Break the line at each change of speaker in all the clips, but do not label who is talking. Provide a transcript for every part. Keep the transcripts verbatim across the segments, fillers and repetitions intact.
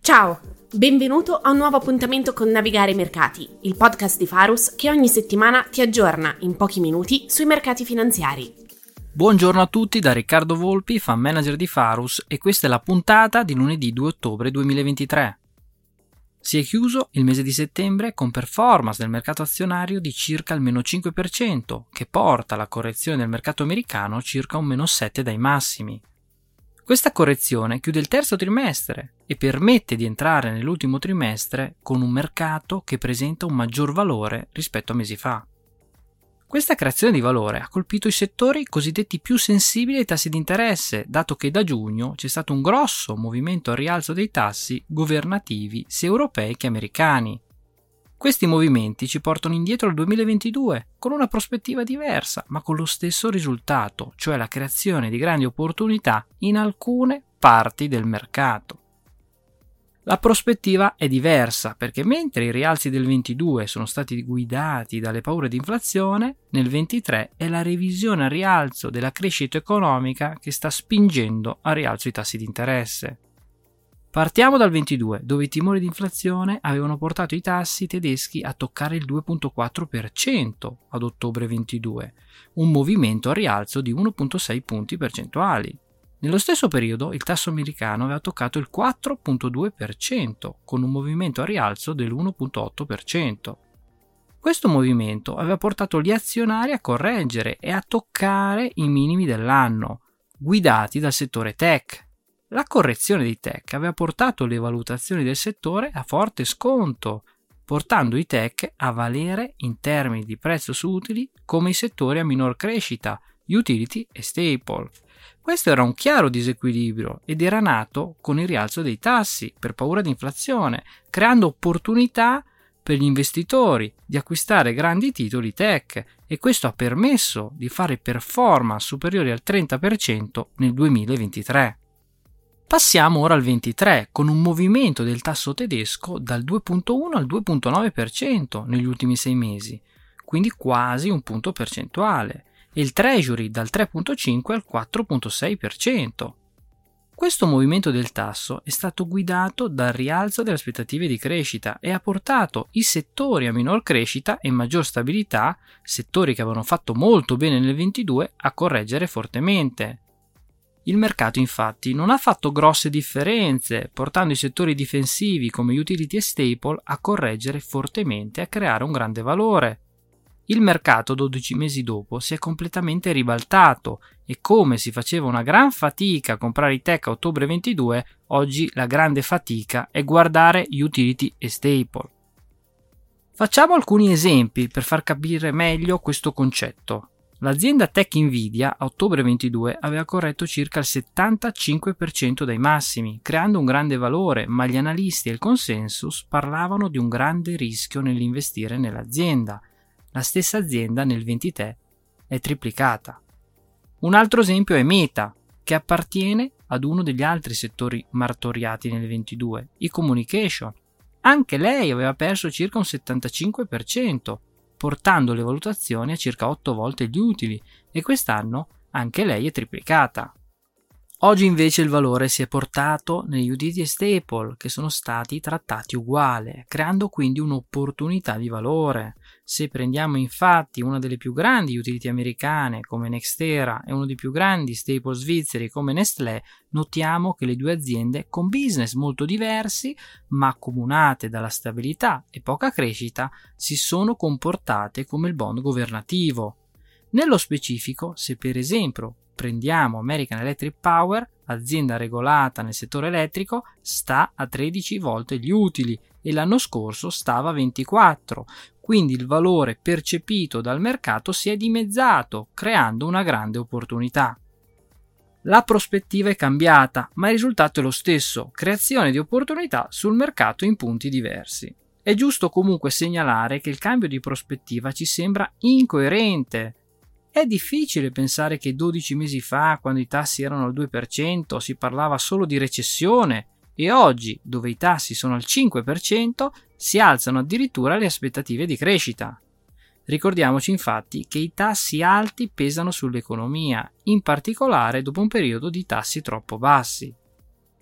Ciao, benvenuto a un nuovo appuntamento con Navigare i Mercati, il podcast di Farus che ogni settimana ti aggiorna in pochi minuti sui mercati finanziari.
Buongiorno a tutti da Riccardo Volpi, fan manager di Farus, e questa è la puntata di lunedì due ottobre duemilaventitré. Si è chiuso il mese di settembre con performance del mercato azionario di circa il meno cinque per cento, che porta la correzione del mercato americano circa un meno sette dai massimi. Questa correzione chiude il terzo trimestre e permette di entrare nell'ultimo trimestre con un mercato che presenta un maggior valore rispetto a mesi fa. Questa creazione di valore ha colpito i settori cosiddetti più sensibili ai tassi di interesse, dato che da giugno c'è stato un grosso movimento al rialzo dei tassi governativi sia europei che americani. Questi movimenti ci portano indietro al duemilaventidue, con una prospettiva diversa, ma con lo stesso risultato, cioè la creazione di grandi opportunità in alcune parti del mercato. La prospettiva è diversa perché mentre i rialzi del ventidue sono stati guidati dalle paure di inflazione, nel ventitré è la revisione al rialzo della crescita economica che sta spingendo al rialzo i tassi di interesse. Partiamo dal ventidue, dove i timori di inflazione avevano portato i tassi tedeschi a toccare il due virgola quattro per cento ad ottobre ventidue, un movimento al rialzo di uno virgola sei punti percentuali. Nello stesso periodo il tasso americano aveva toccato il quattro virgola due per cento, con un movimento al rialzo dell'uno virgola otto per cento. Questo movimento aveva portato gli azionari a correggere e a toccare i minimi dell'anno, guidati dal settore tech. La correzione dei tech aveva portato le valutazioni del settore a forte sconto, portando i tech a valere in termini di prezzo su utili come i settori a minor crescita, utility e staple. Questo era un chiaro disequilibrio ed era nato con il rialzo dei tassi per paura di inflazione, creando opportunità per gli investitori di acquistare grandi titoli tech, e questo ha permesso di fare performance superiori al trenta per cento nel duemilaventitré. Passiamo ora al ventitré, con un movimento del tasso tedesco dal due virgola uno al due virgola nove per cento negli ultimi sei mesi, quindi quasi un punto percentuale, e il Treasury dal tre virgola cinque al quattro virgola sei per cento. Questo movimento del tasso è stato guidato dal rialzo delle aspettative di crescita e ha portato i settori a minor crescita e maggior stabilità, settori che avevano fatto molto bene nel ventidue, a correggere fortemente. Il mercato infatti non ha fatto grosse differenze, portando i settori difensivi come utility e staple a correggere fortemente e a creare un grande valore. Il mercato dodici mesi dopo si è completamente ribaltato e come si faceva una gran fatica a comprare i tech a ottobre ventidue, oggi la grande fatica è guardare utility e staple. Facciamo alcuni esempi per far capire meglio questo concetto. L'azienda tech Nvidia a ottobre ventidue aveva corretto circa il settantacinque per cento dai massimi, creando un grande valore, ma gli analisti e il consensus parlavano di un grande rischio nell'investire nell'azienda. La stessa azienda nel ventitré è triplicata. Un altro esempio è Meta, che appartiene ad uno degli altri settori martoriati nel ventidue, i communication. Anche lei aveva perso circa un settantacinque per cento, portando le valutazioni a circa otto volte gli utili, e quest'anno anche lei è triplicata. Oggi invece il valore si è portato negli utility e staple, che sono stati trattati uguale, creando quindi un'opportunità di valore. Se prendiamo infatti una delle più grandi utility americane come Nextera e uno dei più grandi staple svizzeri come Nestlé, notiamo che le due aziende, con business molto diversi ma accomunate dalla stabilità e poca crescita, si sono comportate come il bond governativo. Nello specifico, se per esempio prendiamo American Electric Power, azienda regolata nel settore elettrico, sta a tredici volte gli utili e l'anno scorso stava a ventiquattro, quindi il valore percepito dal mercato si è dimezzato, creando una grande opportunità. La prospettiva è cambiata, ma il risultato è lo stesso, creazione di opportunità sul mercato in punti diversi. È giusto comunque segnalare che il cambio di prospettiva ci sembra incoerente. È difficile pensare che dodici mesi fa, quando i tassi erano al due per cento, si parlava solo di recessione e oggi, dove i tassi sono al cinque per cento, si alzano addirittura le aspettative di crescita. Ricordiamoci infatti che i tassi alti pesano sull'economia, in particolare dopo un periodo di tassi troppo bassi.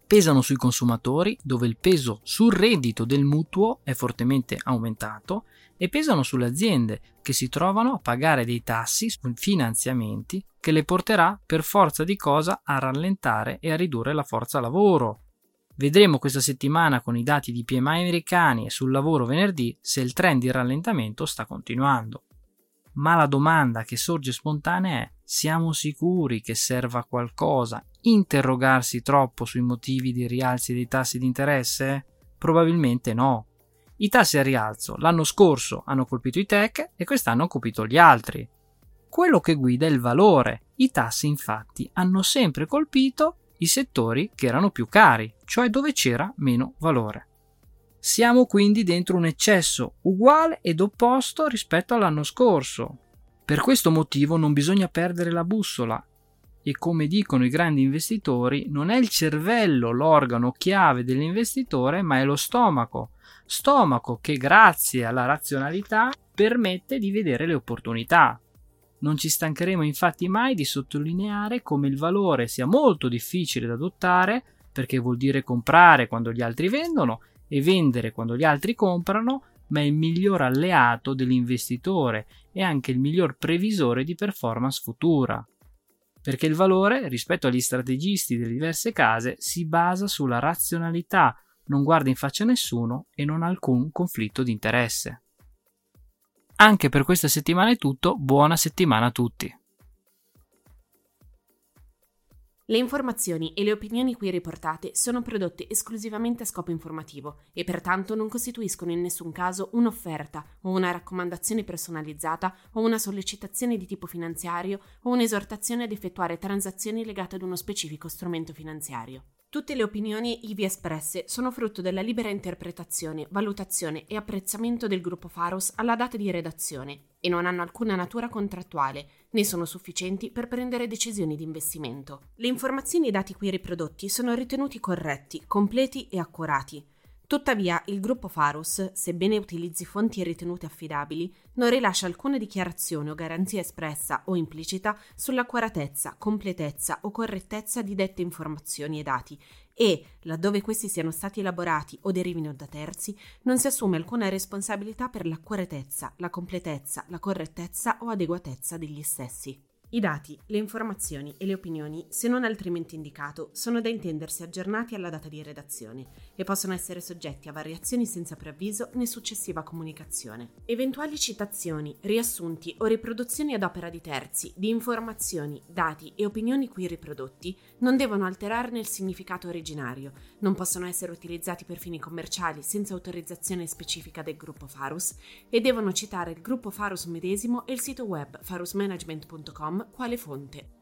pesano sui consumatori, dove il peso sul reddito del mutuo è fortemente aumentato, e pesano sulle aziende, che si trovano a pagare dei tassi sui finanziamenti che le porterà per forza di cosa a rallentare e a ridurre la forza lavoro. Vedremo questa settimana con i dati di P M I americani e sul lavoro venerdì se il trend di rallentamento sta continuando. Ma la domanda che sorge spontanea è: siamo sicuri che serva a qualcosa interrogarsi troppo sui motivi dei rialzi dei tassi di interesse? Probabilmente no. I tassi a rialzo l'anno scorso hanno colpito i tech e quest'anno hanno colpito gli altri. Quello che guida è il valore. I tassi infatti hanno sempre colpito i settori che erano più cari, cioè dove c'era meno valore. Siamo quindi dentro un eccesso uguale ed opposto rispetto all'anno scorso. Per questo motivo non bisogna perdere la bussola e, come dicono i grandi investitori, non è il cervello l'organo chiave dell'investitore, ma è lo stomaco. Stomaco che, grazie alla razionalità, permette di vedere le opportunità. Non ci stancheremo infatti mai di sottolineare come il valore sia molto difficile da adottare, perché vuol dire comprare quando gli altri vendono e vendere quando gli altri comprano, ma è il miglior alleato dell'investitore e anche il miglior previsore di performance futura. Perché il valore, rispetto agli strategisti delle diverse case, si basa sulla razionalità, non guarda in faccia a nessuno e non ha alcun conflitto di interesse. Anche per questa settimana è tutto, buona settimana a tutti.
Le informazioni e le opinioni qui riportate sono prodotte esclusivamente a scopo informativo e pertanto non costituiscono in nessun caso un'offerta o una raccomandazione personalizzata o una sollecitazione di tipo finanziario o un'esortazione ad effettuare transazioni legate ad uno specifico strumento finanziario. Tutte le opinioni ivi espresse sono frutto della libera interpretazione, valutazione e apprezzamento del gruppo Pharos alla data di redazione e non hanno alcuna natura contrattuale, né sono sufficienti per prendere decisioni di investimento. Le informazioni e i dati qui riprodotti sono ritenuti corretti, completi e accurati. Tuttavia, il gruppo Pharos, sebbene utilizzi fonti ritenute affidabili, non rilascia alcuna dichiarazione o garanzia espressa o implicita sull'accuratezza, completezza o correttezza di dette informazioni e dati e, laddove questi siano stati elaborati o derivino da terzi, non si assume alcuna responsabilità per l'accuratezza, la completezza, la correttezza o adeguatezza degli stessi. I dati, le informazioni e le opinioni, se non altrimenti indicato, sono da intendersi aggiornati alla data di redazione e possono essere soggetti a variazioni senza preavviso né successiva comunicazione. Eventuali citazioni, riassunti o riproduzioni ad opera di terzi di informazioni, dati e opinioni qui riprodotti non devono alterarne il significato originario, non possono essere utilizzati per fini commerciali senza autorizzazione specifica del gruppo Pharos e devono citare il gruppo Pharos medesimo e il sito web pharosmanagement punto com quale fonte.